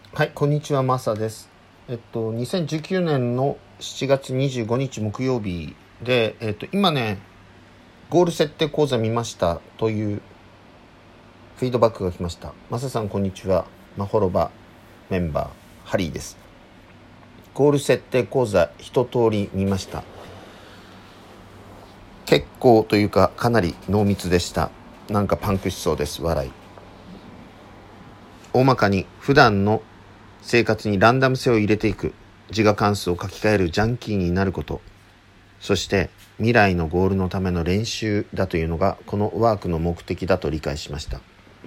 はい、こんにちは、マサです。2019年の7月25日木曜日で、今ね、ゴール設定講座見ましたというフィードバックが来ました。マサさん、こんにちは。まほろばメンバー、ハリーです。ゴール設定講座、一通り見ました。結構というか、かなり濃密でした。なんかパンクしそうです、笑い。大まかに普段の生活にランダム性を入れていく、自我関数を書き換えるジャンキーになること、そして未来のゴールのための練習だというのがこのワークの目的だと理解しました。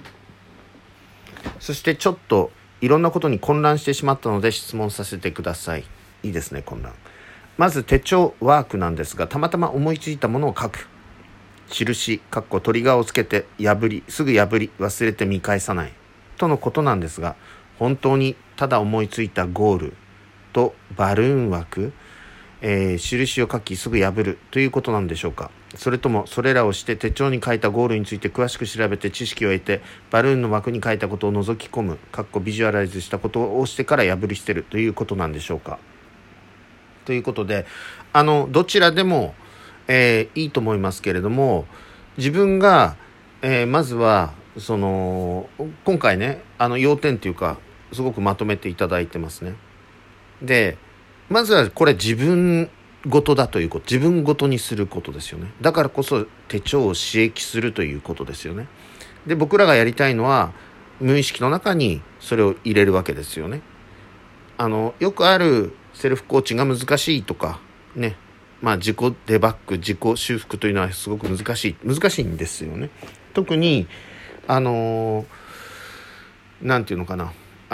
そしてちょっといろんなことに混乱してしまったので質問させてください。いいですね、混乱。まず手帳ワークなんですが、たまたま思いついたものを書く。印、トリガーをつけてすぐ破り忘れて見返さないとのことなんですが、本当にただ思いついたゴールとバルーン枠、印を書きすぐ破るということなんでしょうか。それともそれらをして手帳に書いたゴールについて詳しく調べて知識を得てバルーンの枠に書いたことを覗き込むビジュアライズしたことをしてから破り捨てるということなんでしょうか。ということで、どちらでも、いいと思いますけれども、自分が、まずは今回ね、要点というかすごくまとめていただいてますね。で、まずはこれ自分ごとだということ、自分ごとにすることですよね。だからこそ手帳を刺激するということですよね。で、僕らがやりたいのは無意識の中にそれを入れるわけですよね。よくあるセルフコーチが難しいとかね、自己デバッグ、自己修復というのはすごく難しいんですよね。特になんていうのかな、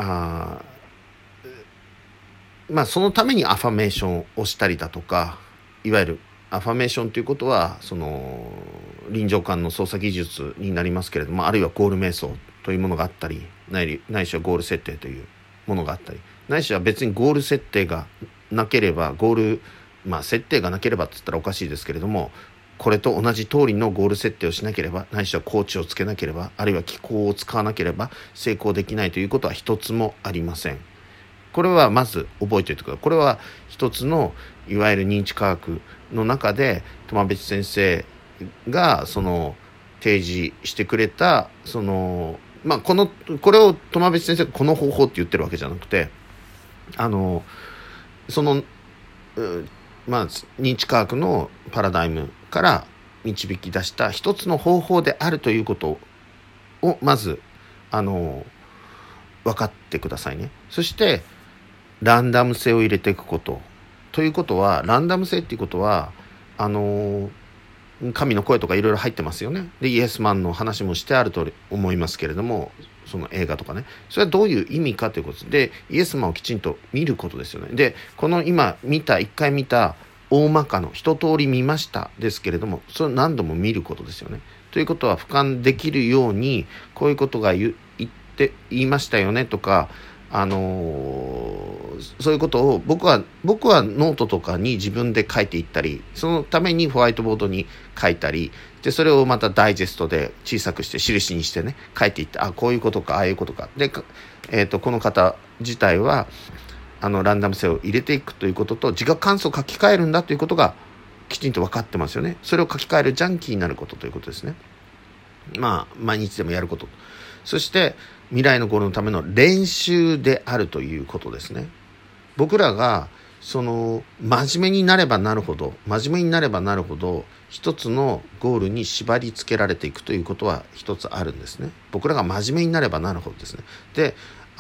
そのためにアファメーションをしたりだとか、いわゆるアファメーションということは臨場感の操作技術になりますけれども、あるいはゴール瞑想というものがあったり、ないしはゴール設定というものがあったり、ないしは別にゴール設定がなければ設定がなければって言ったらおかしいですけれども、これと同じ通りのゴール設定をしなければ、ないしはコーチをつけなければ、あるいは機構を使わなければ成功できないということは一つもありません。これはまず覚えておいてください。これは一つのいわゆる認知科学の中で苫米先生が提示してくれたこれを苫米先生がこの方法って言ってるわけじゃなくて、認知科学のパラダイムから導き出した一つの方法であるということをまず分かってくださいね。そしてランダム性を入れていくことということは、ランダム性っていうことは神の声とかいろいろ入ってますよね。で、イエスマンの話もしてあると思いますけれども、その映画とかね、それはどういう意味かということで、イエスマンをきちんと見ることですよね。で、この今一回見た大まかの一通り見ましたですけれども、それを何度も見ることですよね。ということは俯瞰できるように、こういうことが言いましたよねとか、そういうことを僕はノートとかに自分で書いていったり、そのためにホワイトボードに書いたりで、それをまたダイジェストで小さくして印にしてね、書いていって、こういうことかああいうことかで、この方自体はランダム性を入れていくということと、自我関数を書き換えるんだということがきちんと分かってますよね。それを書き換えるジャンキーになることということですね。毎日でもやること、そして未来のゴールのための練習であるということですね。僕らが真面目になればなるほど一つのゴールに縛り付けられていくということは一つあるんですね。僕らが真面目になればなるほどですね。で、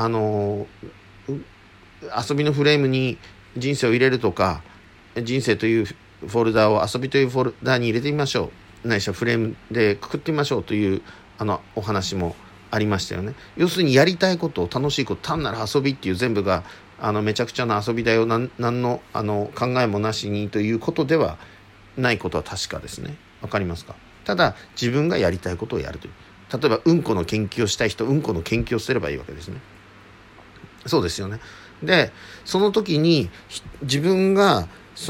遊びのフレームに人生を入れるとか、人生というフォルダを遊びというフォルダに入れてみましょう、ないしはフレームでくくってみましょうというお話もありましたよね。要するにやりたいこと、楽しいこと、単なる遊びっていう全部がめちゃくちゃな遊びだよ、何の考えもなしにということではないことは確かですね。わかりますか？ただ自分がやりたいことをやるという、例えばうんこの研究をしたい人、うんこの研究をすればいいわけですね。そうですよね。で、その時に自分が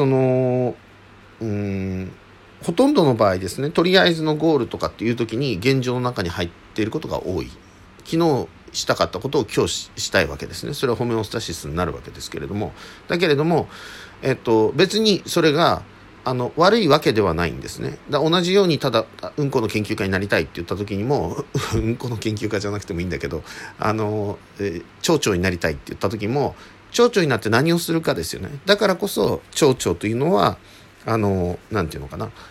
ほとんどの場合ですね、とりあえずのゴールとかっていう時に現状の中に入っていることが多い。昨日したかったことを今日したいわけですね。それはホメオスタシスになるわけですけれども、だけれども、別にそれが悪いわけではないんですね。同じようにただうんこの研究家になりたいって言った時にもうんこの研究家じゃなくてもいいんだけど町長になりたいって言った時も町長になって何をするかですよね。だからこそ町長というのはなんていうのかな、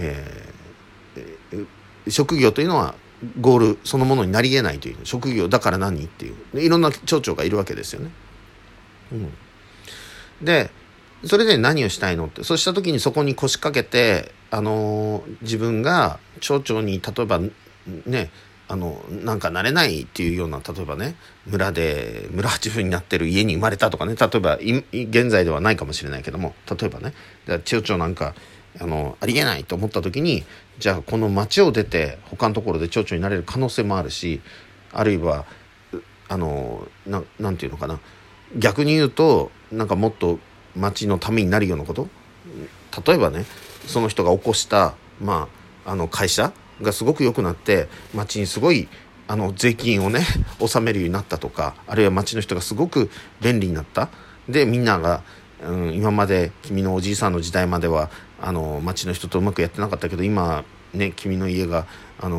職業というのはゴールそのものになり得ないという、職業だから何っていういろんな町長がいるわけですよね。でそれで何をしたいのって、そうした時にそこに腰掛けて自分が町長に例えばねなんかなれないっていうような、例えばね村八分になってる家に生まれたとかね、例えば現在ではないかもしれないけども、例えばね町長なんかありえないと思った時に、じゃあこの町を出て他のところで町長になれる可能性もあるし、あるいはなんていうのかな、逆に言うとなんかもっと町のためになるようなこと、例えばねその人が起こした会社がすごく良くなって町にすごい税金をね納めるようになったとか、あるいは町の人がすごく便利になった。でみんなが、今まで君のおじいさんの時代までは町の人とうまくやってなかったけど、今ね君の家が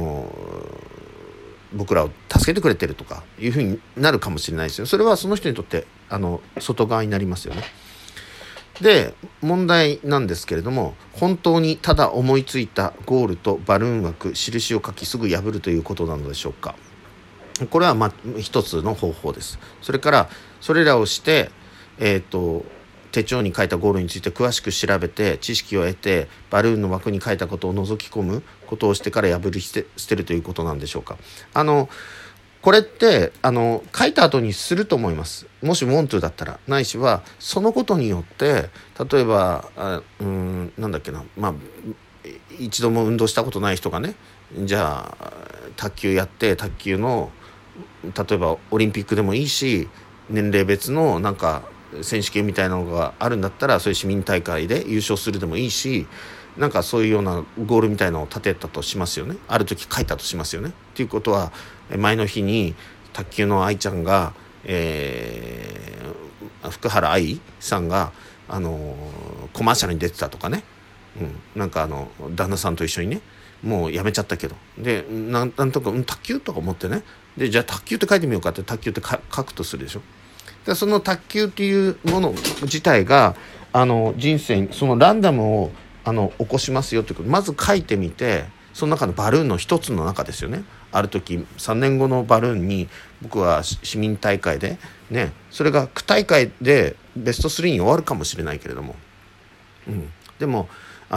僕らを助けてくれてるとかいうふうになるかもしれないですよ。それはその人にとって外側になりますよね。で問題なんですけれども、本当にただ思いついたゴールとバルーン枠印を書きすぐ破るということなのでしょうか。これは一つの方法です。それからそれらをして手帳に書いたゴールについて詳しく調べて知識を得て、バルーンの枠に書いたことを覗き込むことをしてから破り捨てるということなんでしょうか。これって書いた後にすると思います。もし want to だったら、ないしはそのことによって例えばなんだっけな、一度も運動したことない人がね、じゃあ卓球やって、卓球の例えばオリンピックでもいいし、年齢別のなんか選手権みたいなのがあるんだったら、そういう市民大会で優勝するでもいいし、なんかそういうようなゴールみたいなのを立てたとしますよね。ある時書いたとしますよね。っていうことは前の日に卓球の愛ちゃんが、福原愛さんがコマーシャルに出てたとかね、なんか旦那さんと一緒にね、もうやめちゃったけど、でなんとか卓球とか思ってね、でじゃあ卓球って書いてみようかって、卓球って書くとするでしょ。でその卓球っていうもの自体が人生にそのランダムを起こしますよということ、まず書いてみて、その中のバルーンの一つの中ですよね。ある時3年後のバルーンに僕は市民大会でね、それが区大会でベスト3に終わるかもしれないけれども、でも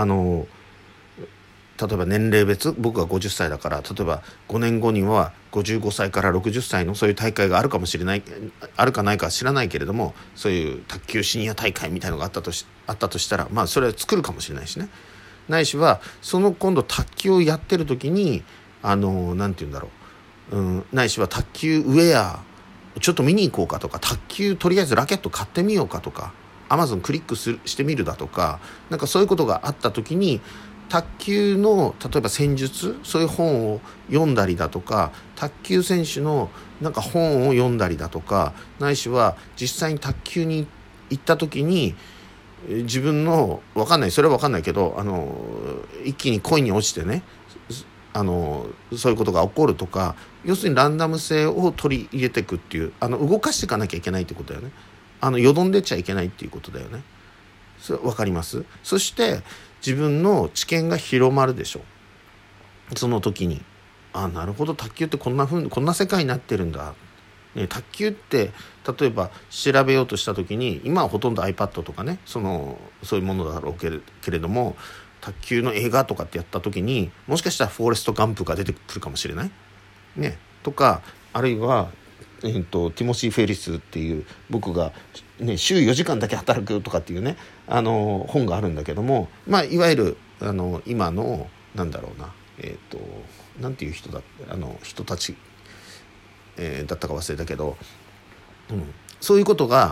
例えば年齢別、僕が50歳だから、例えば5年後には55歳から60歳のそういう大会があるかもしれない、あるかないかは知らないけれども、そういう卓球シニア大会みたいなのがあったとしたら、それは作るかもしれないしね。ないしはその今度卓球をやってる時になんて言うんだろう、ないしは卓球ウェアちょっと見に行こうかとか、卓球とりあえずラケット買ってみようかとか、Amazon クリックしてみるだとか、なんかそういうことがあった時に、卓球の例えば戦術、そういう本を読んだりだとか、卓球選手のなんか本を読んだりだとか、ないしは実際に卓球に行った時に自分の分かんない、それは分かんないけど一気に恋に落ちてね、そういうことが起こるとか、要するにランダム性を取り入れていくっていう、動かしていかなきゃいけないってことだよね。よどんでっちゃいけないっていうことだよね。それ分かります？そして自分の知見が広まるでしょ。その時になるほど、卓球ってこんな世界になってるんだ、ね、卓球って例えば調べようとした時に、今はほとんど iPad とかね、そういうものだろうけれども、卓球の映画とかってやった時に、もしかしたらフォーレスト・ガンプが出てくるかもしれないね、とか、あるいはティモシー・フェリスっていう、僕が、ね、週4時間だけ働くとかっていうね本があるんだけども、いわゆる今のなんだろうな、なんていう人たち、だったか忘れたけど、そういうことが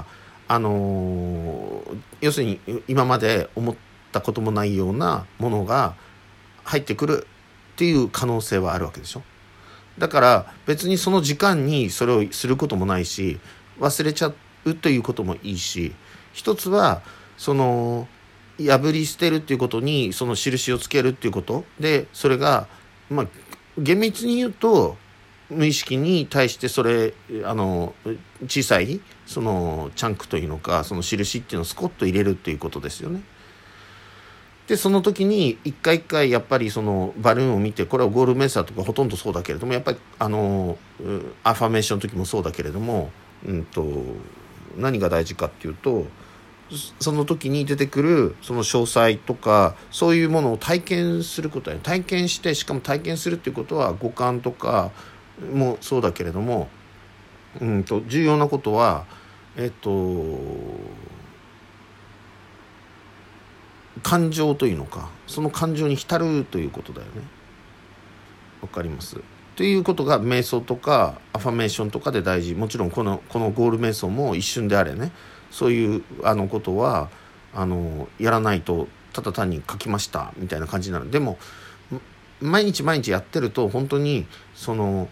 要するに今まで思ったこともないようなものが入ってくるっていう可能性はあるわけでしょ。 だから別にその時間にそれをすることもないし、忘れちゃうということもいいし、一つはその破り捨てるっていうことにその印をつけるっていうことで、それがまあ厳密に言うと無意識に対してそれ小さいそのチャンクというのか、その印っていうのをスコッと入れるっていうことですよね。でその時に一回一回やっぱりそのバルーンを見て、これはゴールメーサーとかほとんどそうだけれども、やっぱりアファメーションの時もそうだけれども、何が大事かっていうと、その時に出てくるその詳細とかそういうものを体験することや、体験して、しかも体験するっていうことは五感とかもそうだけれども、重要なことは感情というのか、その感情に浸るということだよね。わかりますということが瞑想とかアファメーションとかで大事。もちろんこのゴール瞑想も一瞬であれね、そういうことはやらないとただ単に書きましたみたいな感じになる。でも毎日毎日やってると本当にその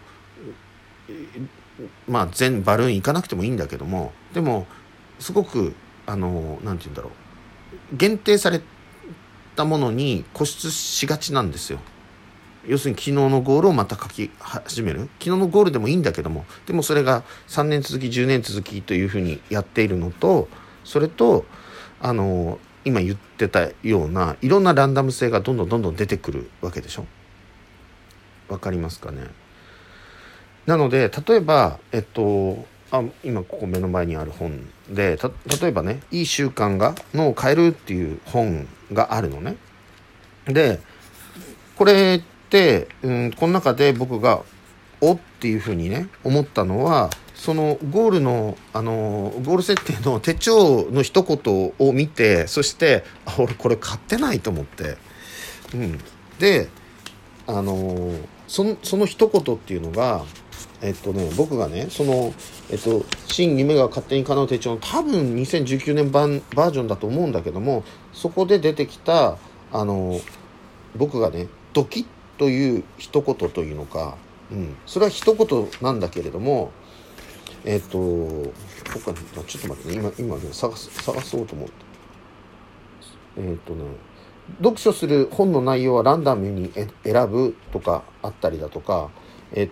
全バルーン行かなくてもいいんだけども、でもすごくなんて言うんだろう、限定されたものに固執しがちなんですよ。要するに昨日のゴールをまた書き始める。昨日のゴールでもいいんだけども、でもそれが3年続き10年続きというふうにやっているのと、それと今言ってたようないろんなランダム性がどんどん出てくるわけでしょ。わかりますかね。なので例えば今ここ目の前にある本で、例えばね、いい習慣が脳を変えるっていう本があるのね。でこれってこの中で僕がおっていうふうにね思ったのは、そのゴールのゴール設定の手帳の一言を見て、そして俺これ買ってないと思って、でその一言っていうのが僕がね新夢が勝手に叶う手帳の多分2019年バージョンだと思うんだけども、そこで出てきた僕がねドキッという一言というのか、それは一言なんだけれども、僕はちょっと待ってね、今ね探そうと思って読書する本の内容はランダムに選ぶとかあったりだとか、圧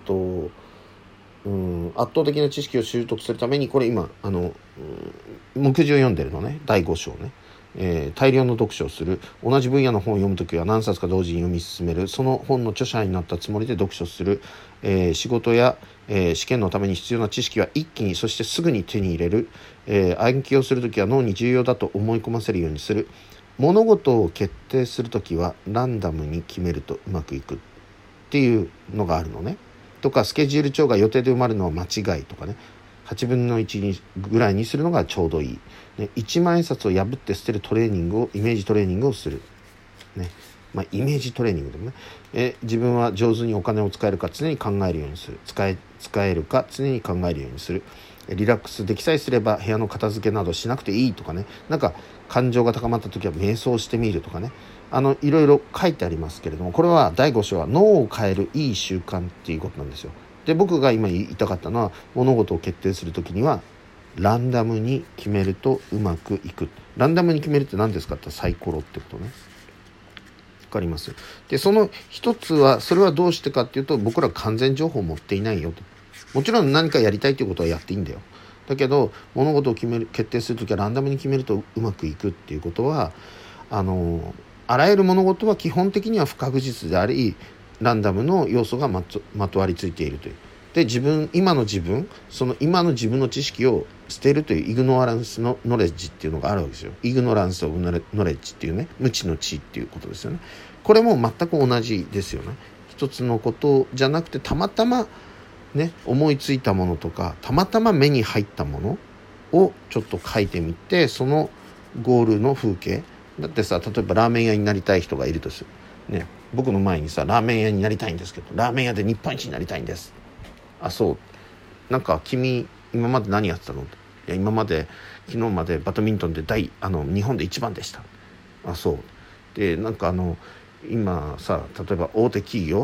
倒的な知識を習得するために、これ今目次を読んでるのね、第5章ね。大量の読書をする。同じ分野の本を読むときは何冊か同時に読み進める。その本の著者になったつもりで読書する。仕事や、試験のために必要な知識は一気に、そしてすぐに手に入れる。暗記をするときは脳に重要だと思い込ませるようにする。物事を決定するときはランダムに決めるとうまくいくっていうのがあるのね。とか、スケジュール帳が予定で埋まるのは間違いとかね。8分の1ぐらいにするのがちょうどいい、1万円札を破って捨てるトレーニングを、イメージトレーニングをする、イメージトレーニングでもね、自分は上手にお金を使えるか常に考えるようにする。使えるか常に考えるようにする。リラックスできさえすれば部屋の片付けなどしなくていいとかね。なんか感情が高まった時は瞑想してみるとかね。いろいろ書いてありますけれども、これは第5章は脳を変えるいい習慣っていうことなんですよ。で僕が今言いたかったのは、物事を決定するときにはランダムに決めるとうまくいく。ランダムに決めるって何ですかってサイコロってことね。わかります。でその一つは、それはどうしてかっていうと、僕ら完全情報を持っていないよと。もちろん何かやりたいということはやっていいんだよ。だけど物事を決定するときはランダムに決めるとうまくいくっていうことは、あらゆる物事は基本的には不確実であり、ランダムの要素がまとわりついているという。で今の自分の知識を捨てるというイグノランスのノレッジっていうのがあるわけですよ。イグノランスオブノレッジっていうね、無知の知っていうことですよね。これも全く同じですよね。一つのことじゃなくて、たまたまね思いついたものとか、たまたま目に入ったものをちょっと書いてみて、そのゴールの風景だってさ、例えばラーメン屋になりたい人がいるとするね。僕の前にさ、ラーメン屋になりたいんですけど、ラーメン屋で日本一になりたいんです。あ、そう。なんか君今まで何やってたの？いや、今まで昨日までバドミントンで日本で一番でした。あ、そう。でなんか今さ、例えば大手企業、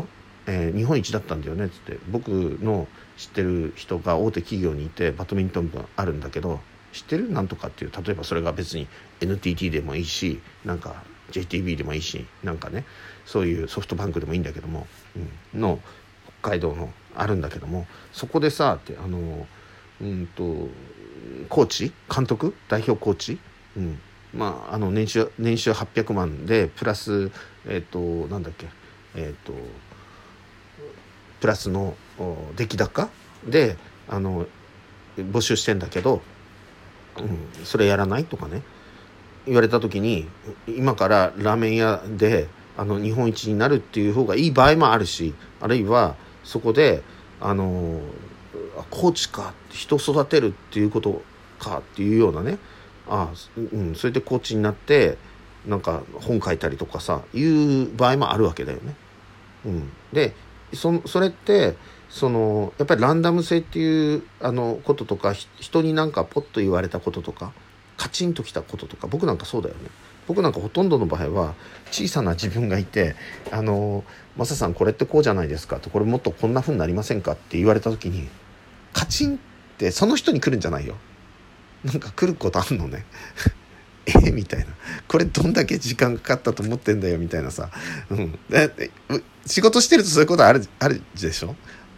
日本一だったんだよねっつって、僕の知ってる人が大手企業にいてバドミントン部あるんだけど知ってるなんとかっていう、例えばそれが別に NTT でもいいしなんか JTB でもいいしなんかねそういうソフトバンクでもいいんだけども、の北海道のあるんだけども、そこでさってコーチ監督代表コーチ、年収800万でプラスなんだっけプラスの出来高で募集してんだけど、それやらないとかね言われた時に、今からラーメン屋で日本一になるっていう方がいい場合もあるし、あるいはそこでコーチか人育てるっていうことかっていうようなね、それでコーチになってなんか本書いたりとかさいう場合もあるわけだよね。でそれってやっぱりランダム性っていうこととか、人になんかポッと言われたこととかカチンときたこととか、僕なんかそうだよね。僕なんかほとんどの場合は小さな自分がいてマサさんこれってこうじゃないですかと、これもっとこんな風になりませんかって言われた時にカチンってその人に来るんじゃないよ、なんか来ることあんのねみたいな、これどんだけ時間かかったと思ってんだよみたいなさ、だって仕事してるとそういうことあるでしょ、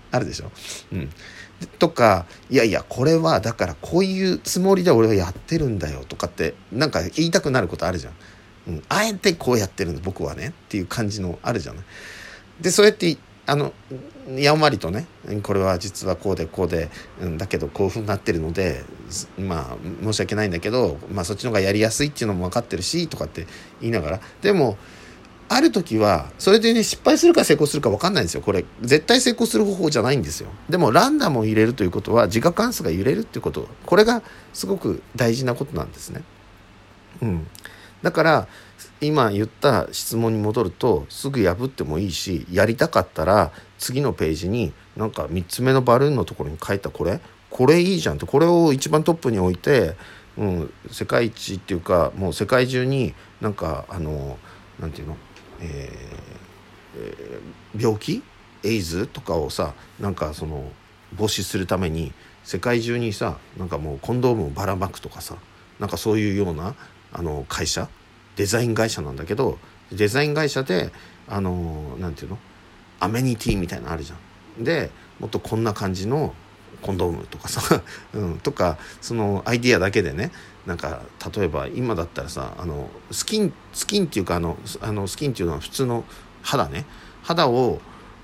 とか、いやいやこれはだからこういうつもりで俺はやってるんだよとかってなんか言いたくなることあるじゃん、あえてこうやってるんだ僕はねっていう感じのあるじゃない。でそうやってやんわりとね、これは実はこうでこうで、だけどこういう風になってるので申し訳ないんだけど、そっちの方がやりやすいっていうのも分かってるしとかって言いながら、でもある時はそれでね失敗するか成功するか分かんないんですよ。これ絶対成功する方法じゃないんですよ。でもランダムを入れるということは自我関数が揺れるっていうこと、これがすごく大事なことなんですね。だから今言った質問に戻ると、すぐ破ってもいいし、やりたかったら次のページになんか3つ目のバルーンのところに書いたこれいいじゃんって、これを一番トップに置いて、世界一っていうかもう世界中になんかなんていうの、病気エイズとかをさなんか防止するために世界中にさなんかもうコンドームをばらまくとかさ、なんかそういうような会社、デザイン会社なんだけど、デザイン会社でなんていうのアメニティみたいなのあるじゃん。でもっとこんな感じのコンドームとかさ、とかそのアイディアだけでね、なんか例えば今だったらさスキンっていうかスキンっていうのは普通の肌ね、肌を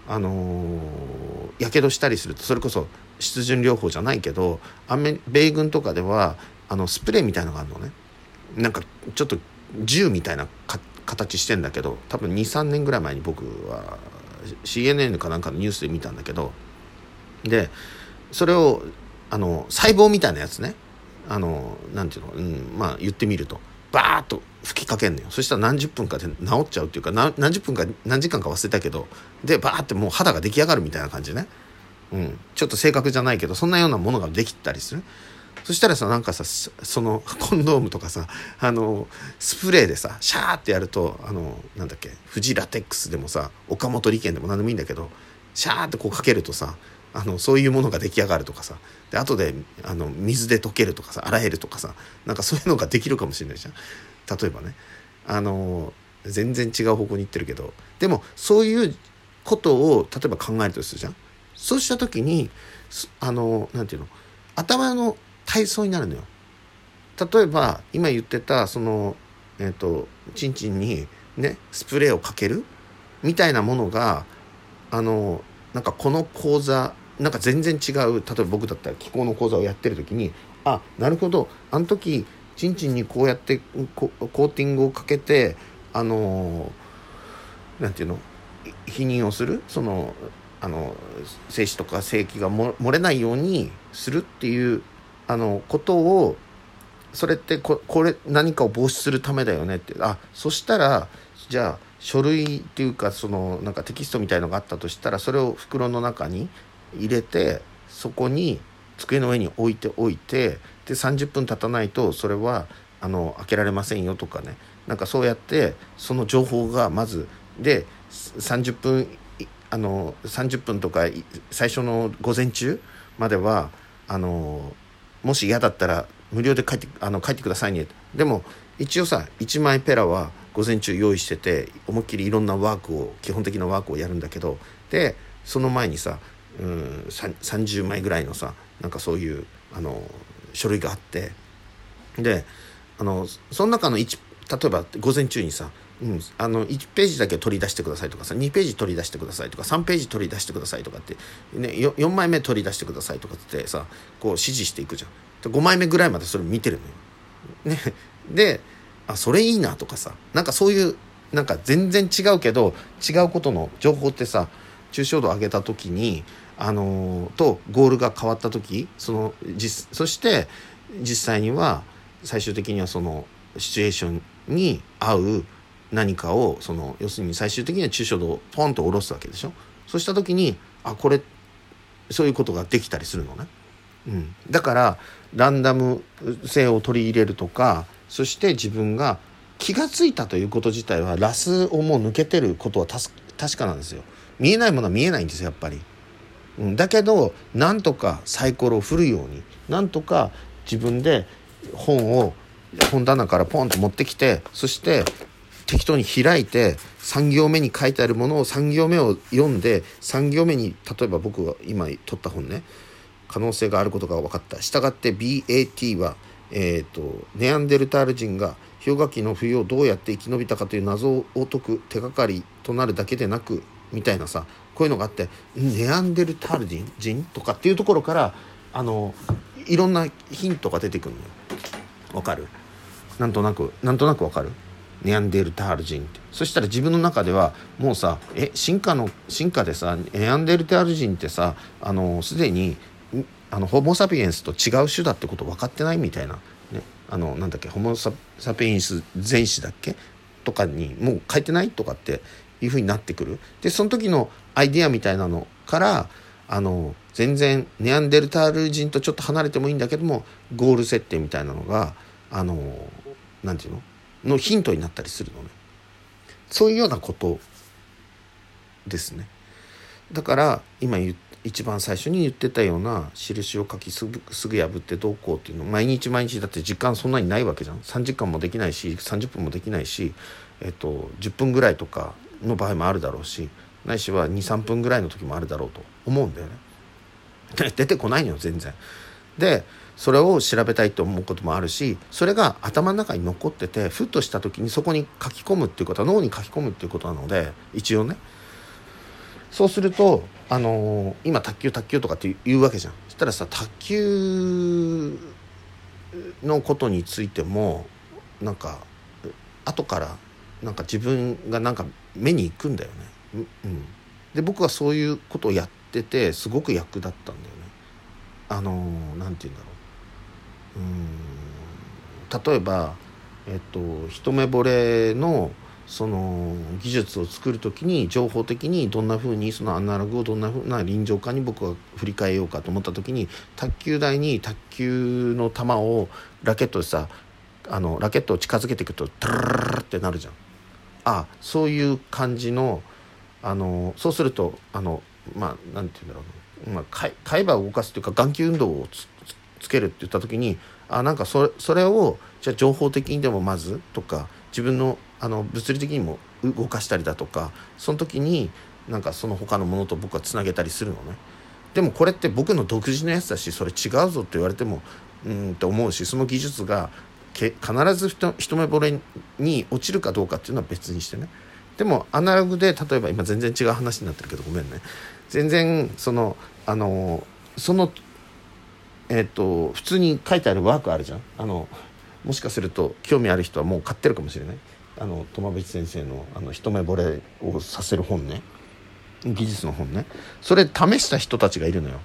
やけどしたりすると、それこそ湿潤療法じゃないけど米軍とかではスプレーみたいなのがあるのね。なんかちょっと銃みたいな形してんだけど、多分 2,3 年ぐらい前に僕は CNN かなんかのニュースで見たんだけど、でそれを細胞みたいなやつね、なんていうの、言ってみるとバーッと吹きかけんのよ。そしたら何十分かで治っちゃうっていうか、何十分か何時間か忘れたけど、でバーってもう肌が出来上がるみたいな感じね。ちょっと正確じゃないけどそんなようなものができたりする。そしたらさなんかさそのコンドームとかさスプレーでさシャーってやるとなんだっけフジラテックスでもさ岡本利権でも何でもいいんだけど、シャーってこうかけるとさそういうものが出来上がるとかさ、で後で水で溶けるとかさ洗えるとかさ、なんかそういうのができるかもしれないじゃん。例えばね全然違う方向に行ってるけど、でもそういうことを例えば考えるとするじゃん。そうした時になんていうの頭の体操になるのよ。例えば今言ってたチンチンにねスプレーをかけるみたいなものがなんかこの講座なんか全然違う、例えば僕だったら気候の講座をやってる時になるほどあの時チンチンにこうやってコーティングをかけてなんていうの避妊をする精子とか精液が漏れないようにするっていうことを、それってこれ何かを防止するためだよねって、そしたらじゃあ書類っていうかなんかテキストみたいのがあったとしたら、それを袋の中に入れてそこに机の上に置いてで30分経たないとそれは開けられませんよとかね、なんかそうやってその情報がまずで30分 30分とか最初の午前中まではもし嫌だったら無料で帰ってくださいね。でも一応さ1枚ペラは午前中用意してて思いっきりいろんな基本的なワークをやるんだけど、でその前にさ30枚ぐらいのさなんかそういう書類があって、でその中の例えば午前中にさ、1ページだけ取り出してくださいとかさ、2ページ取り出してくださいとか、3ページ取り出してくださいとかって、ね、4枚目取り出してくださいとかってさこう指示していくじゃん。5枚目ぐらいまでそれ見てるのよ、ね、でそれいいなとかさ、なんかそういうなんか全然違うけど違うことの情報ってさ、抽象度を上げた時にとゴールが変わった時そして実際には最終的にはそのシチュエーションに合う何かを要するに最終的には抽象度をポンと下ろすわけでしょ。そうした時にこれそういうことができたりするのね、だからランダム性を取り入れるとか、そして自分が気がついたということ自体はラスをもう抜けてることは確かなんですよ。見えないものは見えないんですよやっぱり、だけどなんとかサイコロを振るようになんとか自分で本棚からポンと持ってきて、そして適当に開いて3行目に書いてあるものを3行目を読んで、3行目に例えば僕が今取った本ね、可能性があることが分かった。したがって BAT は、ネアンデルタール人が氷河期の冬をどうやって生き延びたかという謎を解く手がかりとなるだけでなくみたいなさ、こういうのがあって、ネアンデルタール人とかっていうところからいろんなヒントが出てくるのよ。わかる？なんとなくわかる？ネアンデルタール人って。そしたら自分の中ではもうさ進化でさネアンデルタール人ってさすでにホモ・サピエンスと違う種だってこと分かってないみたいな、ね、なんだっけホモ・サピエンス全史だっけとかにもう書いてないとかっていう風になってくる。でその時のアイデアみたいなのから全然ネアンデルタール人とちょっと離れてもいいんだけどもゴール設定みたいなのがなんていうのヒントになったりするのね。そういうようなことですね。だから今一番最初に言ってたような印を書きすぐ破ってどうこうっていうの毎日だって時間そんなにないわけじゃん。3時間もできないし30分もできないし、10分ぐらいとかの場合もあるだろうし、ないしは 2,3 分ぐらいの時もあるだろうと思うんだよね。出てこないのよ全然。でそれを調べたいと思うこともあるし、それが頭の中に残っててふっとした時にそこに書き込むっていうことは脳に書き込むっていうことなので、一応ねそうすると今卓球とかって言うわけじゃん。そしたらさ卓球のことについてもなんか後からなんか自分がなんか目に行くんだよね、で僕はそういうことをやっててすごく役立ったんだよね。なんて言うんだろう、例えば一目惚れのその技術を作るときに情報的にどんな風にそのアナログをどんな風な臨場感に僕は振り返ようかと思ったときに、卓球台に卓球の球をラケットでさラケットを近づけていくとタララララってなるじゃん。そういう感じのそうするとなんて言うんだろう、海馬を動かすというか眼球運動をつけるって言った時になんかそれをじゃあ情報的にでもまずとか自分の物理的にも動かしたりだとか、その時になんかその他のものと僕はつなげたりするのね。でもこれって僕の独自のやつだしそれ違うぞって言われてもって思うし、その技術が必ず一目惚れに落ちるかどうかっていうのは別にしてね。でもアナログで例えば今全然違う話になってるけどごめんね、全然普通に書いてあるワークあるじゃん。もしかすると興味ある人はもう買ってるかもしれない。苫淵先生の一目惚れをさせる本ね、技術の本ね、それ試した人たちがいるのよ。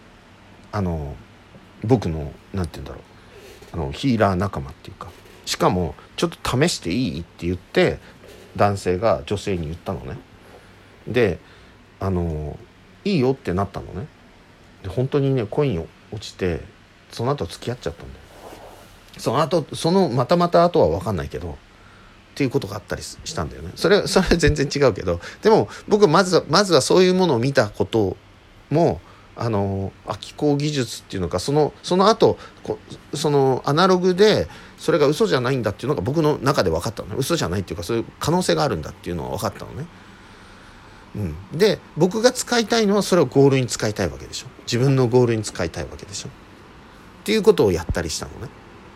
僕のなんて言うんだろうヒーラー仲間っていうか、しかもちょっと試していいって言って男性が女性に言ったのね。でいいよってなったのね。で本当にね恋に落ちてその後付き合っちゃったんだよ。そのまた後は分かんないけどっっていうことがあったりしたんだよね。それは全然違うけど、でも僕まずはそういうものを見たことも気候技術っていうのか、その後そのアナログでそれが嘘じゃないんだっていうのが僕の中で分かったのね。嘘じゃないっていうか、そういう可能性があるんだっていうのは分かったのね。で僕が使いたいのはそれをゴールに使いたいわけでしょ。自分のゴールに使いたいわけでしょっていうことをやったりしたのね。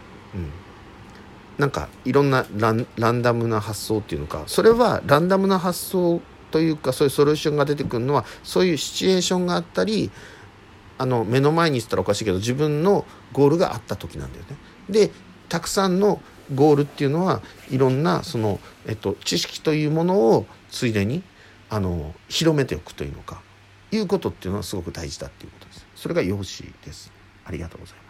なんかいろんなランダムな発想っていうのか、それはランダムな発想というか、そういうソリューションが出てくるのはそういうシチュエーションがあったり、目の前にしたらおかしいけど自分のゴールがあった時なんだよね。でたくさんのゴールっていうのはいろんな知識というものをついでに広めておくというのかいうことっていうのはすごく大事だっていうことです。それが養子です。ありがとうございます。